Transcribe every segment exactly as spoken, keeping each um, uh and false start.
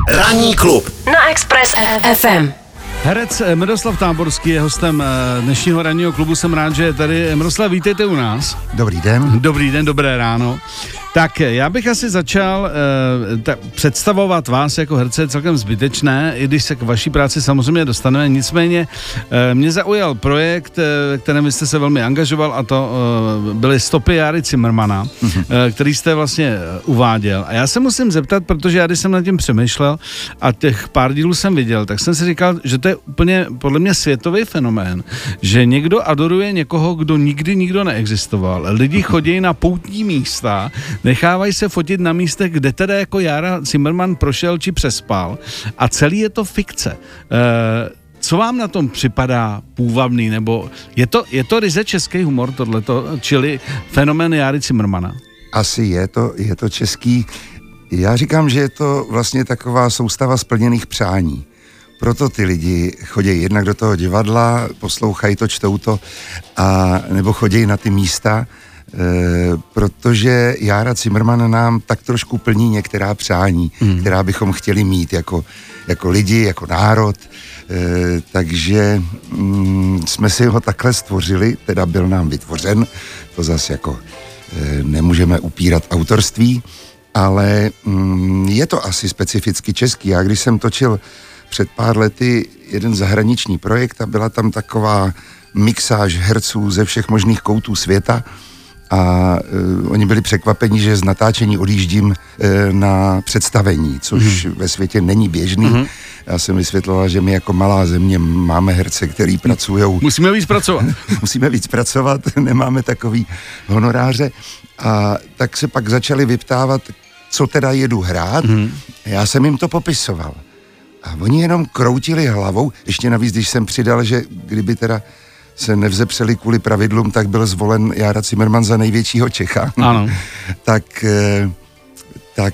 Ranní klub na Express ef em. Herec Miroslav Táborský je hostem dnešního ranního klubu. Jsem rád, že je tady. Miroslav, vítejte u nás. Dobrý den. Dobrý den, dobré ráno. Tak já bych asi začal eh, ta, představovat vás jako herce je celkem zbytečné, i když se k vaší práci samozřejmě dostaneme. Nicméně eh, mě zaujal projekt, eh, kterém jste se velmi angažoval, a to eh, byly Stopy Járy Cimrmana, mm-hmm. eh, který jste vlastně uváděl. A já se musím zeptat, protože já když jsem nad tím přemýšlel a těch pár dílů jsem viděl, tak jsem si říkal, že to je úplně podle mě světový fenomén, že někdo adoruje někoho, kdo nikdy nikdo neexistoval. Lidi chodí na poutní místa, nechávají se fotit na místech, kde teda jako Jára Cimrman prošel či přespal, a celý je to fikce. E, co vám na tom připadá půvabný, nebo je to, je to ryze český humor tohleto, čili fenomén Járy Cimrmana? Asi je to, je to český. Já říkám, že je to vlastně taková soustava splněných přání. Proto ty lidi chodí jednak do toho divadla, poslouchají to, čtou to, a nebo chodí na ty místa, E, protože Jára Cimrman nám tak trošku plní některá přání, mm. která bychom chtěli mít jako, jako lidi, jako národ, e, takže mm, jsme si ho takhle stvořili, teda byl nám vytvořen, to zase jako e, nemůžeme upírat autorství, ale mm, je to asi specificky český. Já když jsem točil před pár lety jeden zahraniční projekt a byla tam taková mixáž herců ze všech možných koutů světa, a uh, oni byli překvapeni, že z natáčení odjíždím uh, na představení, což mm. ve světě není běžný. Mm. Já jsem vysvětloval, že my jako malá země máme herce, který pracujou. Musíme víc pracovat. Musíme víc pracovat, nemáme takový honoráře. A tak se pak začali vyptávat, co teda jedu hrát. Mm. Já jsem jim to popisoval. A oni jenom kroutili hlavou, ještě navíc, když jsem přidal, že kdyby teda se nevzepřeli kvůli pravidlům, tak byl zvolen Jára Cimrman za největšího Čecha. Ano. tak, tak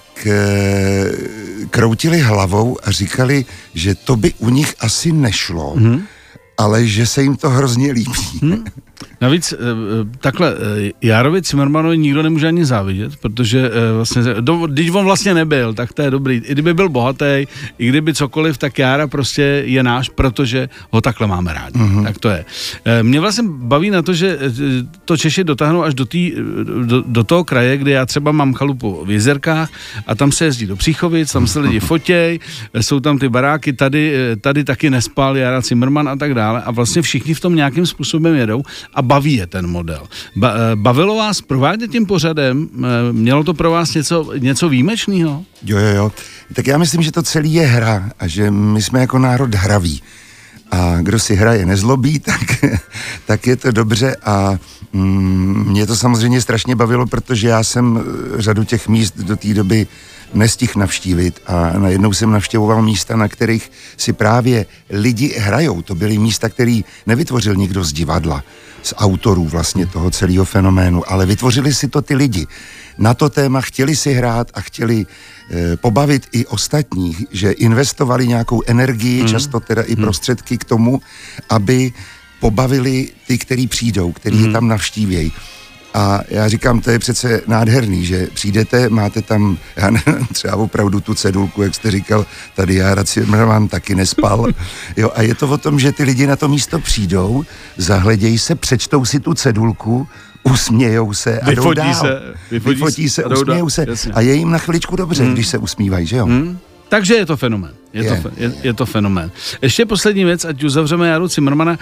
kroutili hlavou a říkali, že to by u nich asi nešlo, mm. ale že se jim to hrozně líbí. Hmm. Navíc takhle, Járovi Cimrmanovi nikdo nemůže ani závidět, protože vlastně, když on vlastně nebyl, tak to je dobrý. I kdyby byl bohatý, i kdyby cokoliv, tak Jára prostě je náš, protože ho takhle máme rádi. Mm-hmm. Tak to je. Mě vlastně baví na to, že to Češi dotáhnou až do, tý, do, do toho kraje, kde já třeba mám chalupu v Jezerkách a tam se jezdí do Příchovic, tam se lidi fotěj, jsou tam ty baráky, tady, tady taky nespal Jára Cimrman a tak dále, a vlastně všichni v tom nějakým způsobem jedou a baví je ten model. Ba, bavilo vás provádět tím pořadem? Mělo to pro vás něco, něco výjimečného? Jo, jo, jo. Tak já myslím, že to celý je hra a že my jsme jako národ hraví. A kdo si hraje nezlobí, tak, tak je to dobře, a mm, mě to samozřejmě strašně bavilo, protože já jsem řadu těch míst do té doby nestihl navštívit a najednou jsem navštěvoval místa, na kterých si právě lidi hrajou. To byly místa, který nevytvořil nikdo z divadla, z autorů vlastně toho celého fenoménu, ale vytvořili si to ty lidi. Na to téma chtěli si hrát a chtěli e, pobavit i ostatních, že investovali nějakou energii, mm. často teda i prostředky k tomu, aby pobavili ty, který přijdou, který mm. je tam navštívějí. A já říkám, to je přece nádherný, že přijdete, máte tam, já nevím, třeba opravdu tu cedulku, jak jste říkal, tady Jára Cimrman taky nespal. Jo, a je to o tom, že ty lidi na to místo přijdou, zahledějí se, přečtou si tu cedulku, usmějou se a vyfotí jdou dál. Se, vyfotí, vyfotí se, usmějou se jasně. A je jim na chviličku dobře, hmm. když se usmívají, že jo? Hmm. Takže je to fenomén. Je, je. To, je, je to fenomén. Ještě poslední věc, ať uzavřeme Járu Cimrmana.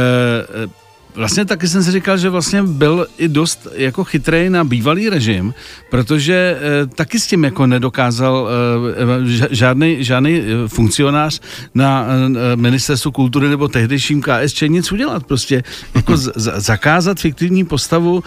E, Vlastně taky jsem si říkal, že vlastně byl i dost jako chytrej na bývalý režim, protože e, taky s tím jako nedokázal e, žádný, žádný funkcionář na e, ministerstvu kultury nebo tehdejším K S Č nic udělat. Prostě jako z, z, zakázat fiktivní postavu.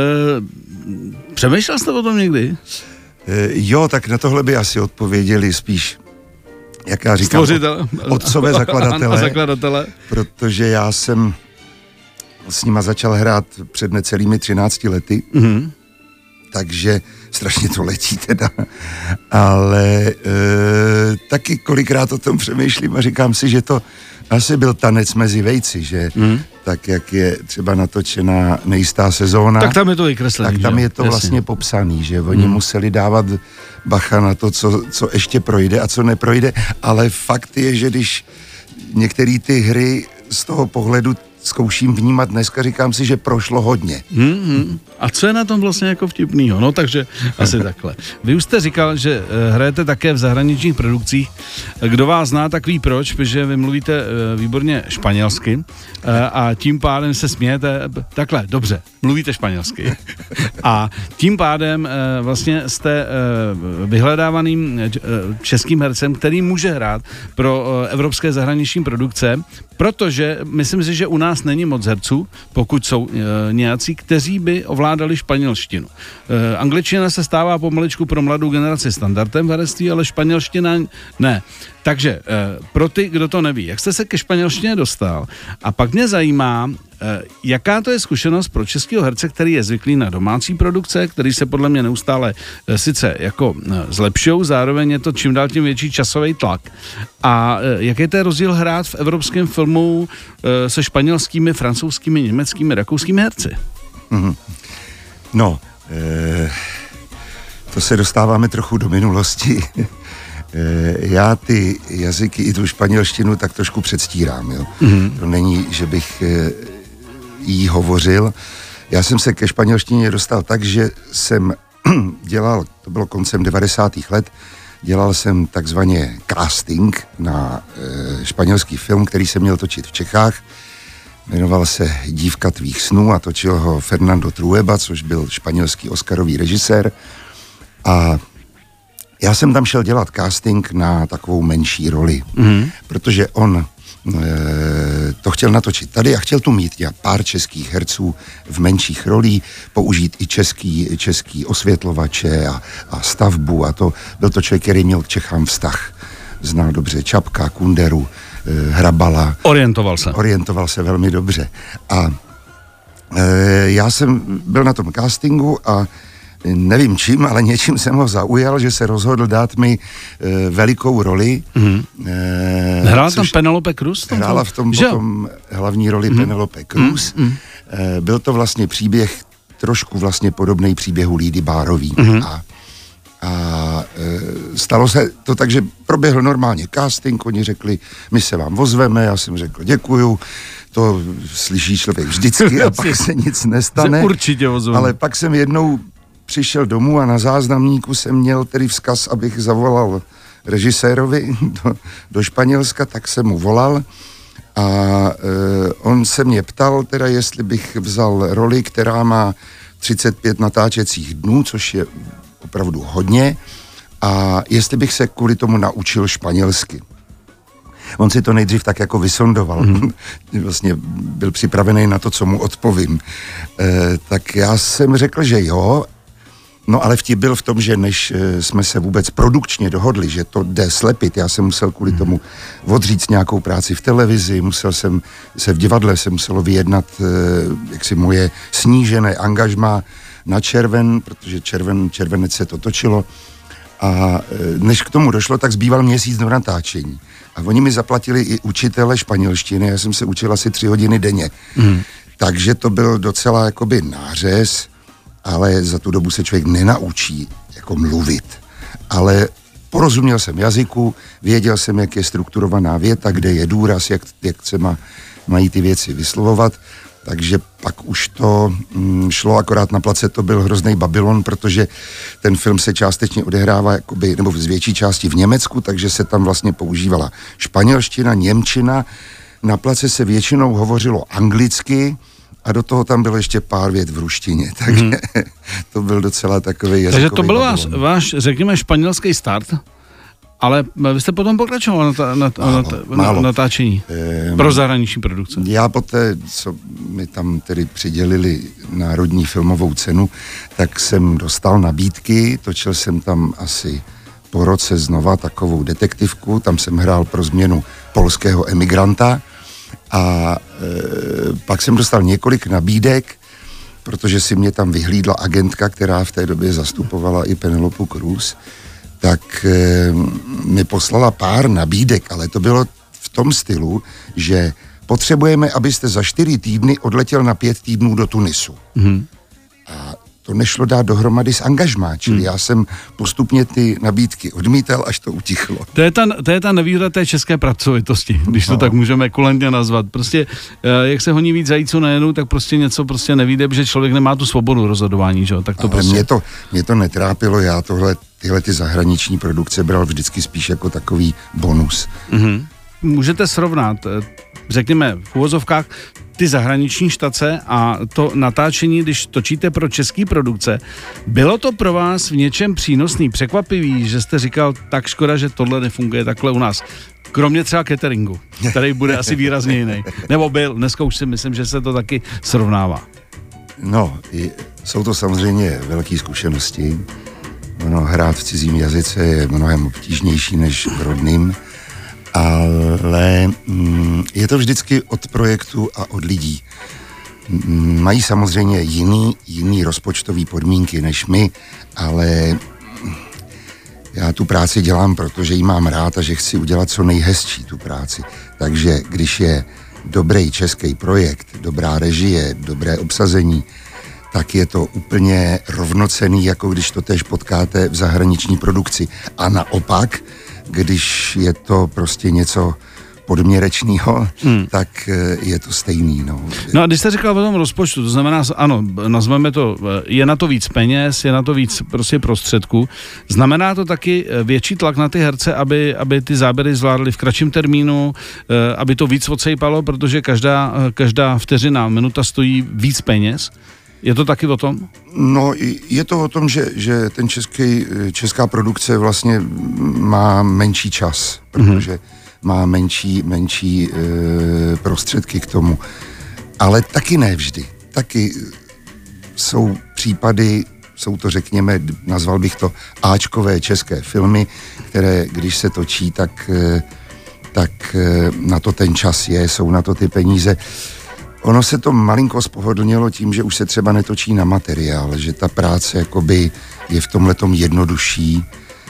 E, přemýšlel jste o tom někdy? E, jo, tak na tohle by asi odpověděli spíš, jak já říkám, Stvořitel. otcové zakladatele, a zakladatele. Protože já jsem s nima začal hrát před necelými třinácti lety, mm-hmm. takže strašně to letí teda, ale e, taky kolikrát o tom přemýšlím a říkám si, že to asi byl tanec mezi vejci, že mm. tak, jak je třeba natočená Nejistá sezóna, tak tam je to vykreslený. Tak tam je to Jasně. vlastně popsaný, že oni mm. museli dávat bacha na to, co, co ještě projde a co neprojde, ale fakt je, že když některé ty hry z toho pohledu zkouším vnímat dneska, říkám si, že prošlo hodně. Hmm, a co je na tom vlastně jako vtipnýho? No takže asi takhle. Vy už jste říkal, že uh, hrajete také v zahraničních produkcích. Kdo vás zná, tak ví proč, protože vy mluvíte uh, výborně španělsky uh, a tím pádem se smějete. Takhle, dobře, mluvíte španělsky. A tím pádem uh, vlastně jste uh, vyhledávaným uh, českým hercem, který může hrát pro uh, evropské zahraniční produkce, protože myslím si, že u nás není moc herců, pokud jsou e, nějací, kteří by ovládali španělštinu. E, angličtina se stává pomaličku pro mladou generaci standardem v herectví, ale španělština ne. Takže e, pro ty, kdo to neví, jak jste se ke španělštině dostal? A pak mě zajímá, e, jaká to je zkušenost pro českého herce, který je zvyklý na domácí produkce, který se podle mě neustále e, sice jako e, zlepšují, zároveň je to čím dál tím větší časový tlak. A e, jaký je to rozdíl hrát v evropském filmu e, se španělskými, francouzskými, německými, rakouskými herci? Mm-hmm. No, e, to se dostáváme trochu do minulosti. Já ty jazyky i tu španělštinu tak trošku předstírám, jo. Mm-hmm. To není, že bych jí hovořil. Já jsem se ke španělštině dostal tak, že jsem dělal, to bylo koncem devadesátých let, dělal jsem takzvaně casting na e, španělský film, který jsem měl točit v Čechách. Jmenoval se Dívka tvých snů a točil ho Fernando Trueba, což byl španělský oscarový režisér. A já jsem tam šel dělat casting na takovou menší roli, mm. protože on e, to chtěl natočit tady a chtěl tu mít pár českých herců v menších rolí, použít i český, český osvětlovače a, a stavbu a to byl to člověk, který měl k Čechám vztah. Znal dobře Čapka, Kunderu, e, Hrabala. Orientoval se. Orientoval se velmi dobře. A e, já jsem byl na tom castingu a nevím čím, ale něčím jsem ho zaujal, že se rozhodl dát mi e, velikou roli. Mm-hmm. E, Hrála tam Penelope Cruz? Hrála v tom potom hlavní roli mm-hmm. Penelope Cruz. Mm-hmm. E, byl to vlastně příběh trošku vlastně podobný příběhu Lídy Bárový. Mm-hmm. A, a e, stalo se to tak, že proběhl normálně casting, oni řekli, my se vám ozveme, já jsem řekl děkuju, to slyší člověk vždycky a pak se nic nestane. Určitě ozveme. Ale pak jsem jednou přišel domů a na záznamníku jsem měl tedy vzkaz, abych zavolal režisérovi do, do Španělska, tak jsem mu volal a e, on se mě ptal teda, jestli bych vzal roli, která má třicet pět natáčecích dnů, což je opravdu hodně, a jestli bych se kvůli tomu naučil španělsky. On si to nejdřív tak jako vysondoval. Mm. Vlastně byl připravený na to, co mu odpovím. E, tak já jsem řekl, že jo. No ale vtip byl v tom, že než jsme se vůbec produkčně dohodli, že to jde slepit, já jsem musel kvůli tomu odříct nějakou práci v televizi, musel jsem se v divadle, se muselo vyjednat jaksi moje snížené angažmá na červen, protože červen, červenec se to točilo. A než k tomu došlo, tak zbýval měsíc do natáčení. A oni mi zaplatili i učitele španělštiny, já jsem se učil asi tři hodiny denně. Mm. Takže to byl docela jakoby nářez, ale za tu dobu se člověk nenaučí jako mluvit. Ale porozuměl jsem jazyku, věděl jsem, jak je strukturovaná věta, kde je důraz, jak, jak se má, mají ty věci vyslovovat. Takže pak už to mm, šlo, akorát na place to byl hrozný Babylon, protože ten film se částečně odehrává, jakoby, nebo z větší části v Německu, takže se tam vlastně používala španělština, němčina. Na place se většinou hovořilo anglicky, a do toho tam bylo ještě pár vět v ruštině, takže hmm. to byl docela takový jazykový. Takže to byl váš, váš, řekněme, španělský start, ale vy jste potom pokračoval na, ta, na, málo, na, na natáčení ehm, pro zahraniční produkce. Já poté, co mi tam tedy přidělili Národní filmovou cenu, tak jsem dostal nabídky, točil jsem tam asi po roce znova takovou detektivku, tam jsem hrál pro změnu polského emigranta. A e, pak jsem dostal několik nabídek, protože si mě tam vyhlídla agentka, která v té době zastupovala i Penelopu Cruz, tak e, mi poslala pár nabídek, ale to bylo v tom stylu, že potřebujeme, abyste za čtyři týdny odletěl na pět týdnů do Tunisu. Mm. A to nešlo dát dohromady s angažmá, čili hmm. já jsem postupně ty nabídky odmítal, až to utichlo. To je ta, to je ta nevýhoda té české pracovitosti, když to no. tak můžeme kulantně nazvat. Prostě, jak se honí víc zajíců najednou, tak prostě něco prostě nevíde, protože člověk nemá tu svobodu rozhodování, že? Tak to Ale prostě... mě to, mě to netrápilo, já tohle, tyhle ty zahraniční produkce bral vždycky spíš jako takový bonus. Mm-hmm. Můžete srovnat, řekněme v uvozovkách, ty zahraniční štace a to natáčení, když točíte pro český produkce. Bylo to pro vás v něčem přínosný, překvapivý, že jste říkal, tak škoda, že tohle nefunguje takhle u nás? Kromě třeba cateringu, který bude asi výrazně jiný. Nebo byl, dneska už si myslím, že se to taky srovnává. No, jsou to samozřejmě velké zkušenosti. Ono, hrát v cizím jazyce je mnohem obtížnější než v rodným, ale mm, je to vždycky od projektu a od lidí. Mm, mají samozřejmě jiný, jiný rozpočtový podmínky než my, ale já tu práci dělám, protože ji mám rád a že chci udělat co nejhezčí tu práci. Takže když je dobrý český projekt, dobrá režie, dobré obsazení, tak je to úplně rovnocenný, jako když to též potkáte v zahraniční produkci. A naopak, když je to prostě něco podměrečného, hmm. tak je to stejný. No. no a když jste říkal o tom rozpočtu, to znamená, ano, nazveme to, je na to víc peněz, je na to víc prostě prostředků. Znamená to taky větší tlak na ty herce, aby, aby ty záběry zvládly v kratším termínu, aby to víc odsejpalo, protože každá, každá vteřina, minuta stojí víc peněz. Je to taky o tom? No, je to o tom, že, že ten český, česká produkce vlastně má menší čas, protože mm-hmm. má menší, menší e, prostředky k tomu. Ale taky ne vždy. Taky jsou případy, jsou to řekněme, nazval bych to áčkové české filmy, které když se točí, tak, e, tak e, na to ten čas je, jsou na to ty peníze. Ono se to malinko spohodlnilo tím, že už se třeba netočí na materiál, že ta práce jakoby je v tomhletom jednodušší,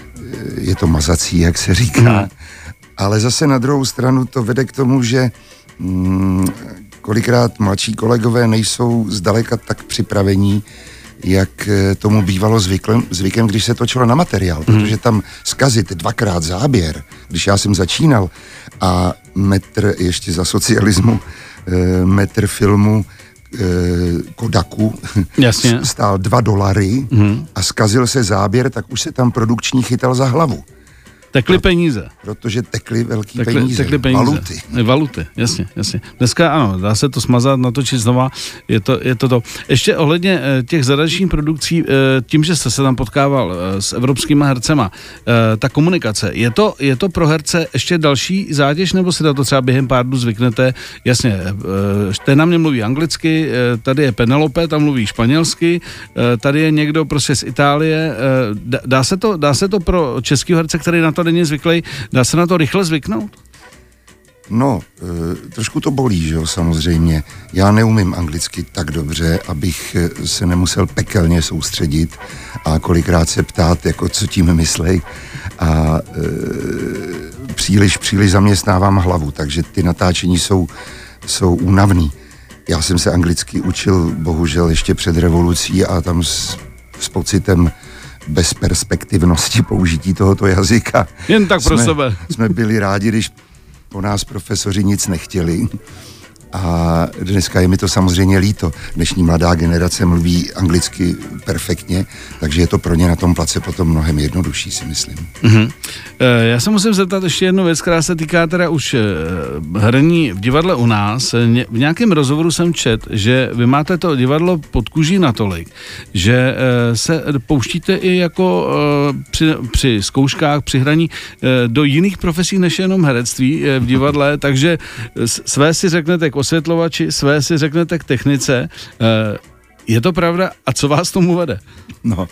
je to mazací, jak se říká, mm. ale zase na druhou stranu to vede k tomu, že mm, kolikrát mladší kolegové nejsou zdaleka tak připravení, jak tomu bývalo zvyklem, zvykem, když se točilo na materiál, mm. protože tam zkazit dvakrát záběr, když já jsem začínal a metr ještě za socialismu, metr filmu eh, Kodaku Jasně. stál dva dolary mm. a zkazil se záběr, tak už se tam produkční chytal za hlavu. Tekly peníze. Protože tekly velký tekly, peníze. Tekly peníze. Valuty. Valuty, jasně, jasně. Dneska ano, dá se to smazat, natočit znova, je to, je to to. Ještě ohledně e, těch zahraničních produkcí, e, tím, že jste se tam potkával e, s evropskýma hercema, e, ta komunikace, je to, je to pro herce ještě další zátěž, nebo si na to třeba během pár dnů zvyknete? Jasně, e, ten na mě mluví anglicky, e, tady je Penelope, tam mluví španělsky, e, tady je někdo prostě z Itálie. E, dá, se to, dá se to pro českého herce, který na to není zvyklý, dá se na to rychle zvyknout? No, e, trošku to bolí, že jo, samozřejmě. Já neumím anglicky tak dobře, abych se nemusel pekelně soustředit a kolikrát se ptát, jako co tím myslej. A e, příliš, příliš zaměstnávám hlavu, takže ty natáčení jsou, jsou únavný. Já jsem se anglicky učil, bohužel, ještě před revolucí a tam s, s pocitem bezperspektivnosti použití tohoto jazyka. Jen tak pro jsme, sebe. Jsme byli rádi, když po nás profesoři nic nechtěli. A dneska je mi to samozřejmě líto. Dnešní mladá generace mluví anglicky perfektně, takže je to pro ně na tom place potom mnohem jednodušší, si myslím. Mm-hmm. Já se musím zeptat ještě jednu věc, která se týká teda už hraní v divadle u nás. V nějakém rozhovoru jsem čet, že vy máte to divadlo pod kůží natolik, že se pouštíte i jako při, při zkouškách, při hraní do jiných profesí než jenom herectví v divadle, takže své si řeknete k osvětlovači, své si řeknete k technice. Je to pravda? A co vás tomu vede? No,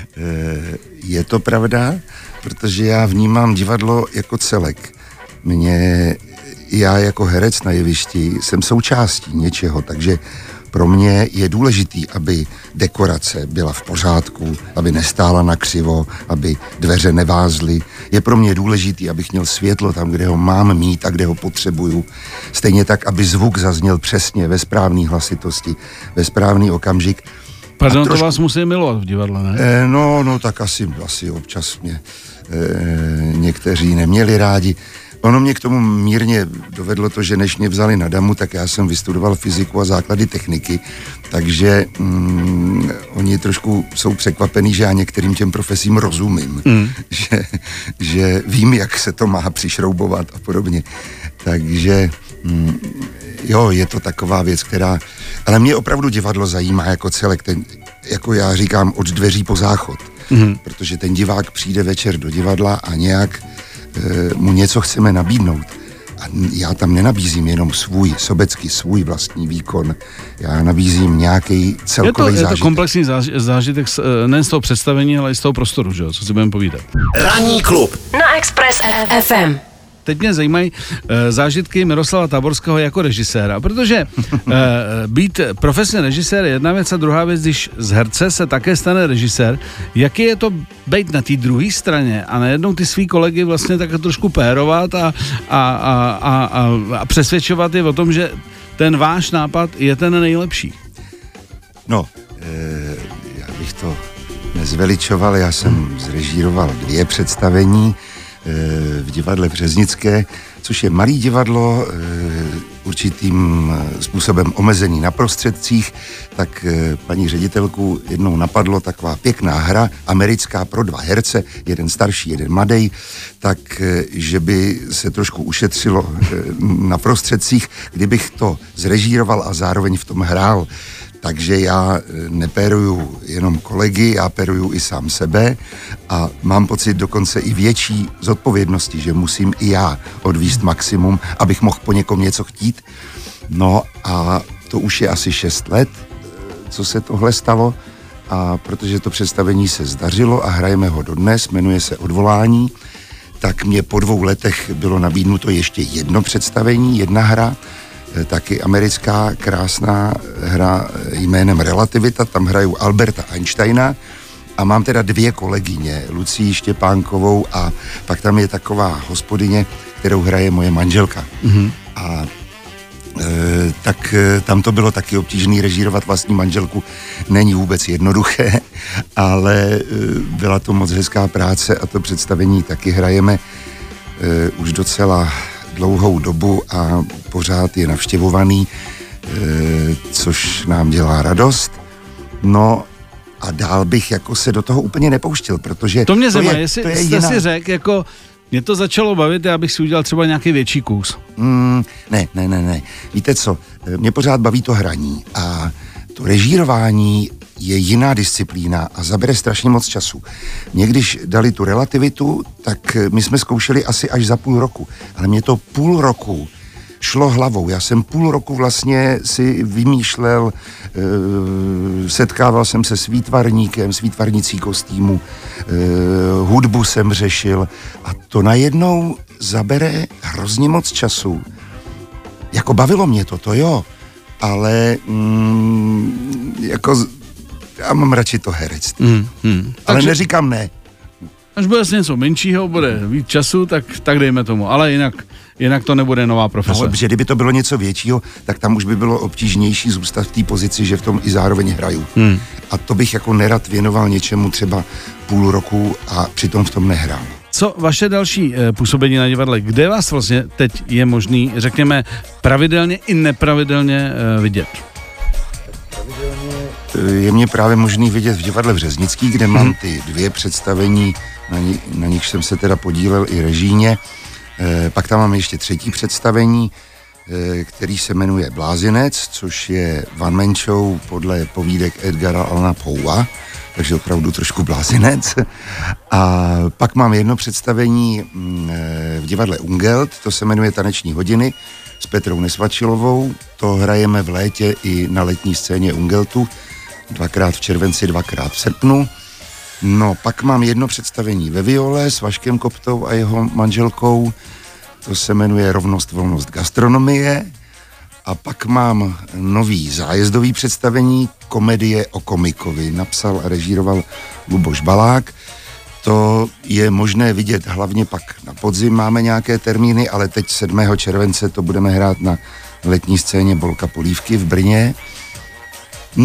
je to pravda, protože já vnímám divadlo jako celek. Mě, já jako herec na jevišti jsem součástí něčeho, takže pro mě je důležitý, aby dekorace byla v pořádku, aby nestála na křivo, aby dveře nevázly. Je pro mě důležitý, abych měl světlo tam, kde ho mám mít a kde ho potřebuju. Stejně tak, aby zvuk zazněl přesně ve správné hlasitosti, ve správný okamžik. Pardon, trošku... to vás musí milovat v divadle, ne? Eh, no, no, tak asi, asi občas mě eh, někteří neměli rádi. Ono mě k tomu mírně dovedlo to, že než mě vzali na damu, tak já jsem vystudoval fyziku a základy techniky, takže mm, oni trošku jsou překvapení, že já některým těm profesím rozumím, mm. že, že vím, jak se to má přišroubovat a podobně. Takže mm, jo, je to taková věc, která... Ale mě opravdu divadlo zajímá jako celek, ten, jako já říkám, od dveří po záchod, mm. protože ten divák přijde večer do divadla a nějak mu něco chceme nabídnout. A já tam nenabízím jenom svůj, sobecky svůj vlastní výkon. Já nabízím nějaký celkový zážitek. Je to komplexní zážitek nejen z toho představení, ale i z toho prostoru, že jo? Co si budeme povídat. Ranní klub na Express ef em. Teď mě zajímají e, zážitky Miroslava Táborského jako režiséra, protože e, být profesně režisér je jedna věc a druhá věc, když z herce se také stane režisér, jaký je to být na té druhé straně a najednou ty svý kolegy vlastně tak trošku pérovat a, a, a, a, a, a přesvědčovat je o tom, že ten váš nápad je ten nejlepší. No, e, já bych to nezveličoval, já jsem zrežíroval dvě představení v divadle Březnické, což je malý divadlo, určitým způsobem omezený na prostředcích, tak paní ředitelku jednou napadlo taková pěkná hra, americká pro dva herce, jeden starší, jeden mladý, tak, že by se trošku ušetřilo na prostředcích, kdybych to zrežíroval a zároveň v tom hrál. Takže já nepéruju jenom kolegy, já péruju i sám sebe a mám pocit dokonce i větší zodpovědnosti, že musím i já odvíst maximum, abych mohl po někom něco chtít. No a to už je asi šest let, co se tohle stalo, a protože to představení se zdařilo a hrajeme ho dodnes, jmenuje se Odvolání, tak mě po dvou letech bylo nabídnuto ještě jedno představení, jedna hra, taky americká krásná hra jménem Relativita, tam hraju Alberta Einsteina a mám teda dvě kolegyně, Lucii Štěpánkovou a pak tam je taková hospodyně, kterou hraje moje manželka. Mm-hmm. A e, tak tam to bylo taky obtížný, režírovat vlastní manželku není vůbec jednoduché, ale e, byla to moc hezká práce a to představení taky hrajeme e, už docela dlouhou dobu a pořád je navštěvovaný, e, což nám dělá radost. No a dál bych jako se do toho úplně nepouštěl, protože to mě to zajímá, je, jestli to je jste jiná... si řekl, jako mě to začalo bavit, já bych si udělal třeba nějaký větší kus. Mm, ne, ne, ne, ne. Víte co, mě pořád baví to hraní a to režírování je jiná disciplína a zabere strašně moc času. Mě když dali tu Relativitu, tak my jsme zkoušeli asi až za půl roku, ale mě to půl roku šlo hlavou. Já jsem půl roku vlastně si vymýšlel, e, setkával jsem se s výtvarníkem, s výtvarnicí kostýmu, e, hudbu jsem řešil a to najednou zabere hrozně moc času. Jako bavilo mě to, to jo, ale mm, jako já mám radši to herectví. Mm, mm. Ale takže neříkám ne. Až bude něco menšího, bude víc času, tak, tak dejme tomu. Ale jinak, jinak to nebude nová profese. No, protože kdyby to bylo něco většího, tak tam už by bylo obtížnější zůstat v té pozici, že v tom i zároveň hraju. Mm. A to bych jako nerad věnoval něčemu třeba půl roku a přitom v tom nehrál. Co vaše další e, působení na divadle? Kde vás vlastně teď je možný, řekněme, pravidelně i nepravidelně e, vidět? Je mě právě možný vidět v divadle Březnický, kde mám ty dvě představení, na, ni, na nich jsem se teda podílel i režijně. E, pak tam mám ještě třetí představení, e, který se jmenuje Blázinec, což je one man show podle povídek Edgara Allana Poua, takže opravdu trošku blázinec. A pak mám jedno představení e, v divadle Ungelt, to se jmenuje Taneční hodiny, s Petrou Nesvačilovou. To hrajeme v létě i na letní scéně Ungeltu. Dvakrát v červenci, dvakrát v srpnu. No, pak mám jedno představení ve Viole s Vaškem Koptou a jeho manželkou. To se jmenuje Rovnost, volnost, gastronomie. A pak mám nový zájezdový představení, komedie o komikovi. Napsal a režíroval Luboš Balák. To je možné vidět hlavně pak na podzim, máme nějaké termíny, ale teď sedmého července to budeme hrát na letní scéně Bolka Polívky v Brně. No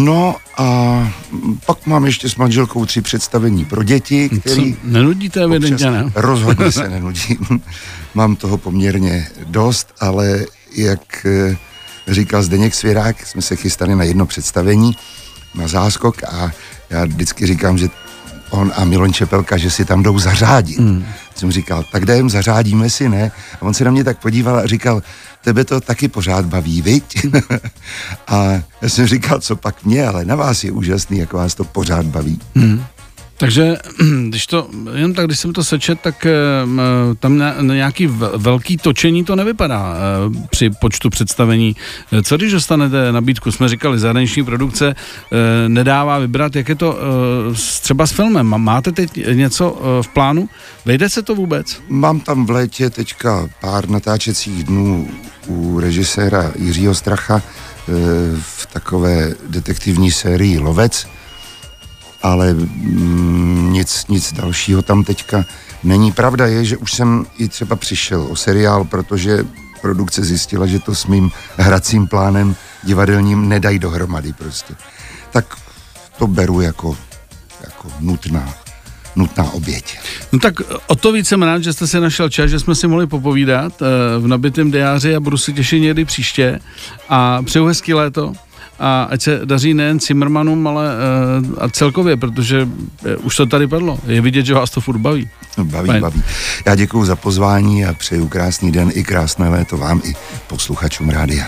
A pak mám ještě s manželkou tři představení pro děti, který... Co, nenudíte evidentně, ne? Rozhodně se nenudím. Mám toho poměrně dost, ale jak říkal Zdeněk Svěrák, jsme se chystali na jedno představení, na záskok a já vždycky říkám, že on a Milon Čepelka, že si tam jdou zařádit. Hmm. Jsem říkal, tak jdem, zařádíme si, ne? A on se na mě tak podíval a říkal, tebe to taky pořád baví, viď? A já jsem říkal, co pak mě, ale na vás je úžasný, jak vás to pořád baví. Hmm. Takže, když to, jen tak, když jsem to sečet, tak tam na, na nějaký velký točení to nevypadá při počtu představení. Co když dostanete nabídku? Jsme říkali, zahraniční produkce nedává vybrat, jak je to třeba s filmem. Máte teď něco v plánu? Vejde se to vůbec? Mám tam v létě teďka pár natáčecích dnů u režiséra Jiřího Stracha v takové detektivní sérii Lovec, ale mm, nic, nic dalšího tam teďka není. Pravda je, že už jsem i třeba přišel o seriál, protože produkce zjistila, že to s mým hracím plánem divadelním nedají dohromady prostě. Tak to beru jako, jako nutná, nutná oběť. No tak o to víc jsem rád, že jste si našel čas, že jsme si mohli popovídat v nabitém diáři a budu se těšit někdy příště a přeju hezký léto. A ať se daří nejen Cimrmanům, ale uh, a celkově, protože už to tady padlo. Je vidět, že vás to furt baví. Baví, Fajn. baví. Já děkuju za pozvání a přeju krásný den i krásné léto vám i posluchačům rádia.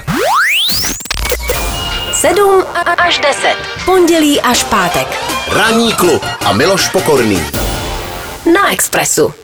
sedm až deset. Pondělí až pátek. Ranní klub a Miloš Pokorný. Na Expressu.